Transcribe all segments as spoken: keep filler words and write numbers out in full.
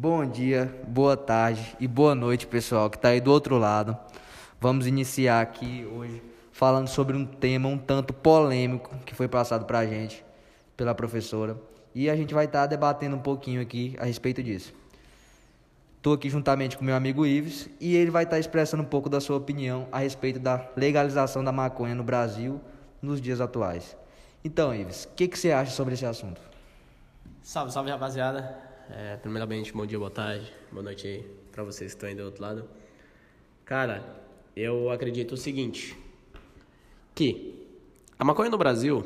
Bom dia, boa tarde e boa noite, pessoal, que está aí do outro lado. Vamos iniciar aqui hoje falando sobre um tema um tanto polêmico que foi passado para a gente pela professora. E a gente vai estar tá debatendo um pouquinho aqui a respeito disso. Estou aqui juntamente com meu amigo Ives e ele vai estar tá expressando um pouco da sua opinião a respeito da legalização da maconha no Brasil nos dias atuais. Então, Ives, o que, que você acha sobre esse assunto? Salve, salve, rapaziada. É, primeiramente, bom dia, boa tarde, boa noite aí pra vocês que estão aí do outro lado. Cara, eu acredito o seguinte, que a maconha no Brasil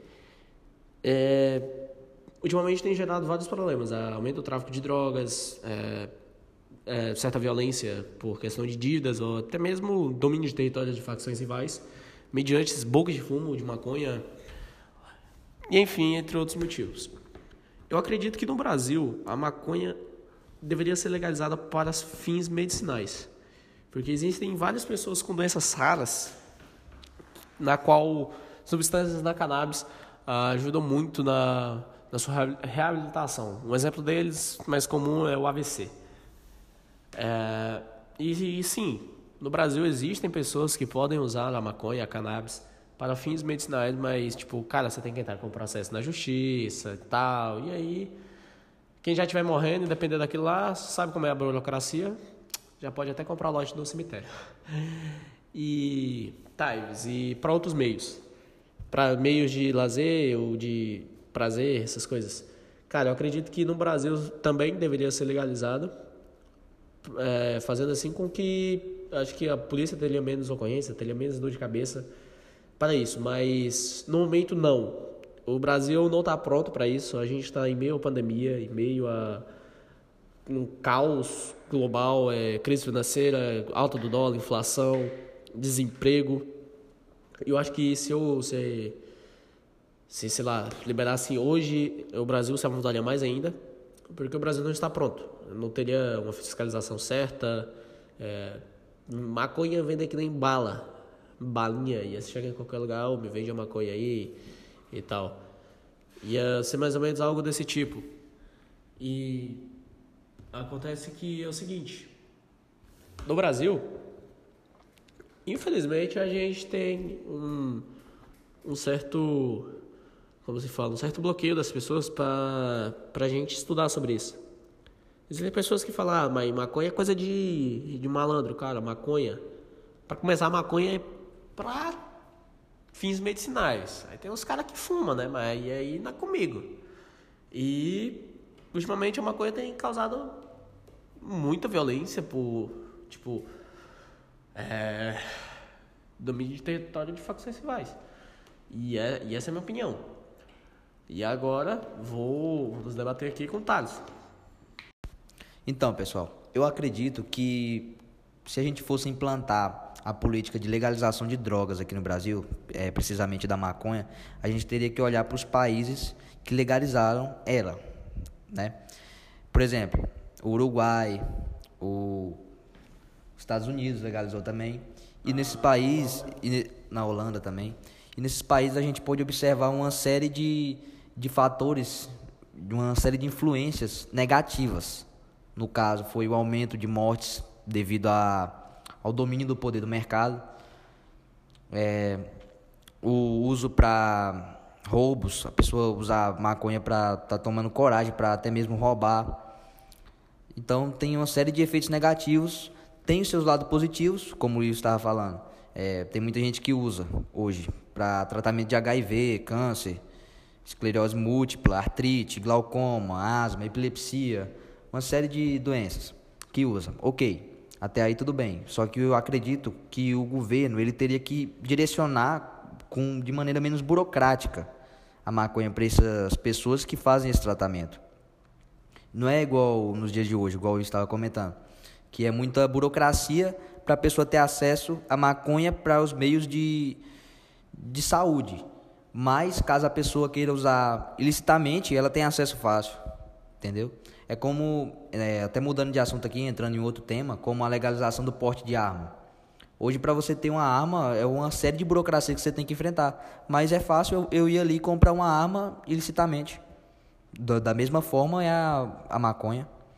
é, ultimamente tem gerado vários problemas. Aumento do tráfico de drogas, é, é, certa violência por questão de dívidas ou até mesmo domínio de território de facções rivais, mediante esses bocas de fumo de maconha, e enfim, entre outros motivos. Eu acredito que no Brasil a maconha deveria ser legalizada para fins medicinais, porque existem várias pessoas com doenças raras, na qual substâncias da cannabis ah, ajudam muito na, na sua reabilitação. Um exemplo deles mais comum é o A V C. É, e, e sim, no Brasil existem pessoas que podem usar a maconha, a cannabis, para fins medicinais, mas, tipo, cara, você tem que entrar com o processo na justiça e tal, e aí, quem já estiver morrendo, dependendo daquilo lá, sabe como é a burocracia, já pode até comprar o lote do cemitério. E, tá, e para outros meios, para meios de lazer ou de prazer, essas coisas. Cara, eu acredito que no Brasil também deveria ser legalizado, é, fazendo assim com que, acho que a polícia teria menos ocorrência, teria menos dor de cabeça, para isso, mas no momento não. O Brasil não está pronto para isso. A gente está em meio à pandemia, em meio a um caos global, é, crise financeira, alta do dólar, inflação, desemprego. Eu acho que se eu, se, se sei lá, liberasse hoje, o Brasil se avançaria mais ainda, porque o Brasil não está pronto. Não teria uma fiscalização certa. É, maconha vende que nem bala. balinha, ia chegar em qualquer lugar, oh, me vende a maconha aí e tal. Ia ser mais ou menos algo desse tipo. E acontece que é o seguinte, no Brasil, infelizmente a gente tem um, um certo, como se fala, um certo bloqueio das pessoas para pra gente estudar sobre isso. Existem pessoas que falam, ah, mas maconha é coisa de, de malandro, cara, maconha. Para começar, a maconha é para fins medicinais. Aí tem uns caras que fumam, né? Mas aí não é comigo. E ultimamente a maconha tem causado muita violência por, tipo, é, domínio de território de facções rivais. E, é, e essa é a minha opinião. E agora vou nos debater aqui com o Thales. Então, pessoal, eu acredito que se a gente fosse implantar a política de legalização de drogas aqui no Brasil, é, precisamente da maconha, a gente teria que olhar para os países que legalizaram ela, né? Por exemplo, o Uruguai, o Estados Unidos legalizou também, e nesses países, e na Holanda também, e nesses países a gente pode observar uma série de, de fatores, uma série de influências negativas. No caso, foi o aumento de mortes devido a ao domínio do poder do mercado, é, o uso para roubos, a pessoa usar maconha para estar tá tomando coragem, para até mesmo roubar. Então tem uma série de efeitos negativos, tem os seus lados positivos, como o Will estava falando. É, tem muita gente que usa hoje para tratamento de H I V, câncer, esclerose múltipla, artrite, glaucoma, asma, epilepsia, uma série de doenças que usa. Ok. Até aí tudo bem, só que eu acredito que o governo ele teria que direcionar com, de maneira menos burocrática a maconha para essas pessoas que fazem esse tratamento. Não é igual nos dias de hoje, igual eu estava comentando, que é muita burocracia para a pessoa ter acesso à maconha para os meios de, de saúde. Mas caso a pessoa queira usar ilicitamente, ela tem acesso fácil, entendeu? É como, é, até mudando de assunto aqui, entrando em outro tema, como a legalização do porte de arma. Hoje, para você ter uma arma, é uma série de burocracia que você tem que enfrentar. Mas é fácil eu, eu ir ali comprar uma arma ilicitamente. Da, da mesma forma é a, a maconha.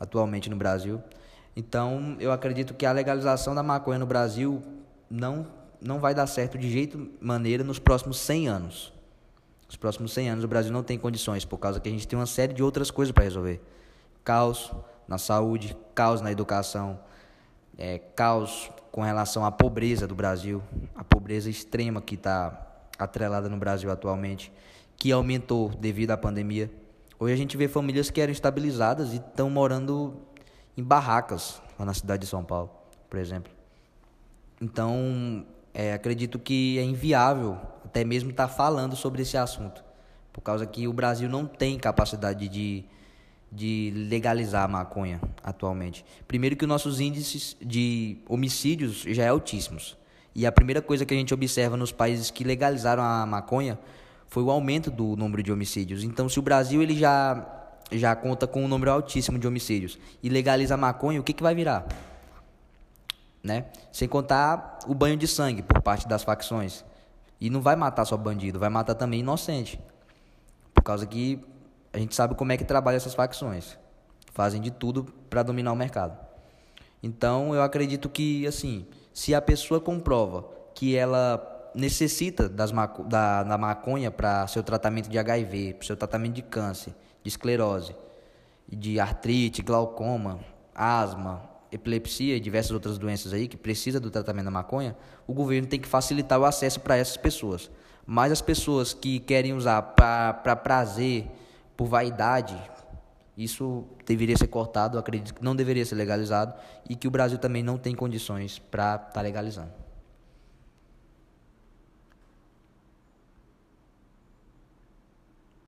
atualmente no Brasil. Então, eu acredito que a legalização da maconha no Brasil não, não vai dar certo de jeito maneira nos próximos cem anos. Nos próximos cem anos o Brasil não tem condições, por causa que a gente tem uma série de outras coisas para resolver. Caos na saúde, caos na educação, é, caos com relação à pobreza do Brasil, a pobreza extrema que está atrelada no Brasil atualmente, que aumentou devido à pandemia. Hoje a gente vê famílias que eram estabilizadas e estão morando em barracas lá na cidade de São Paulo, por exemplo. Então, é, acredito que é inviável até mesmo estar falando sobre esse assunto, por causa que o Brasil não tem capacidade de, de legalizar a maconha atualmente. Primeiro que os nossos índices de homicídios já é altíssimos. E a primeira coisa que a gente observa nos países que legalizaram a maconha foi o aumento do número de homicídios. Então, se o Brasil ele já... já conta com um número altíssimo de homicídios e legaliza a maconha, o que, que vai virar? Né? Sem contar o banho de sangue por parte das facções. E não vai matar só bandido, vai matar também inocente. Por causa que a gente sabe como é que trabalham essas facções. Fazem de tudo para dominar o mercado. Então, eu acredito que, assim, se a pessoa comprova que ela necessita das maco- da, da maconha para seu tratamento de H I V, para seu tratamento de câncer, de esclerose, de artrite, glaucoma, asma, epilepsia e diversas outras doenças aí que precisa do tratamento da maconha, o governo tem que facilitar o acesso para essas pessoas. Mas as pessoas que querem usar para prazer, por vaidade, isso deveria ser cortado, eu acredito que não deveria ser legalizado e que o Brasil também não tem condições para estar tá legalizando.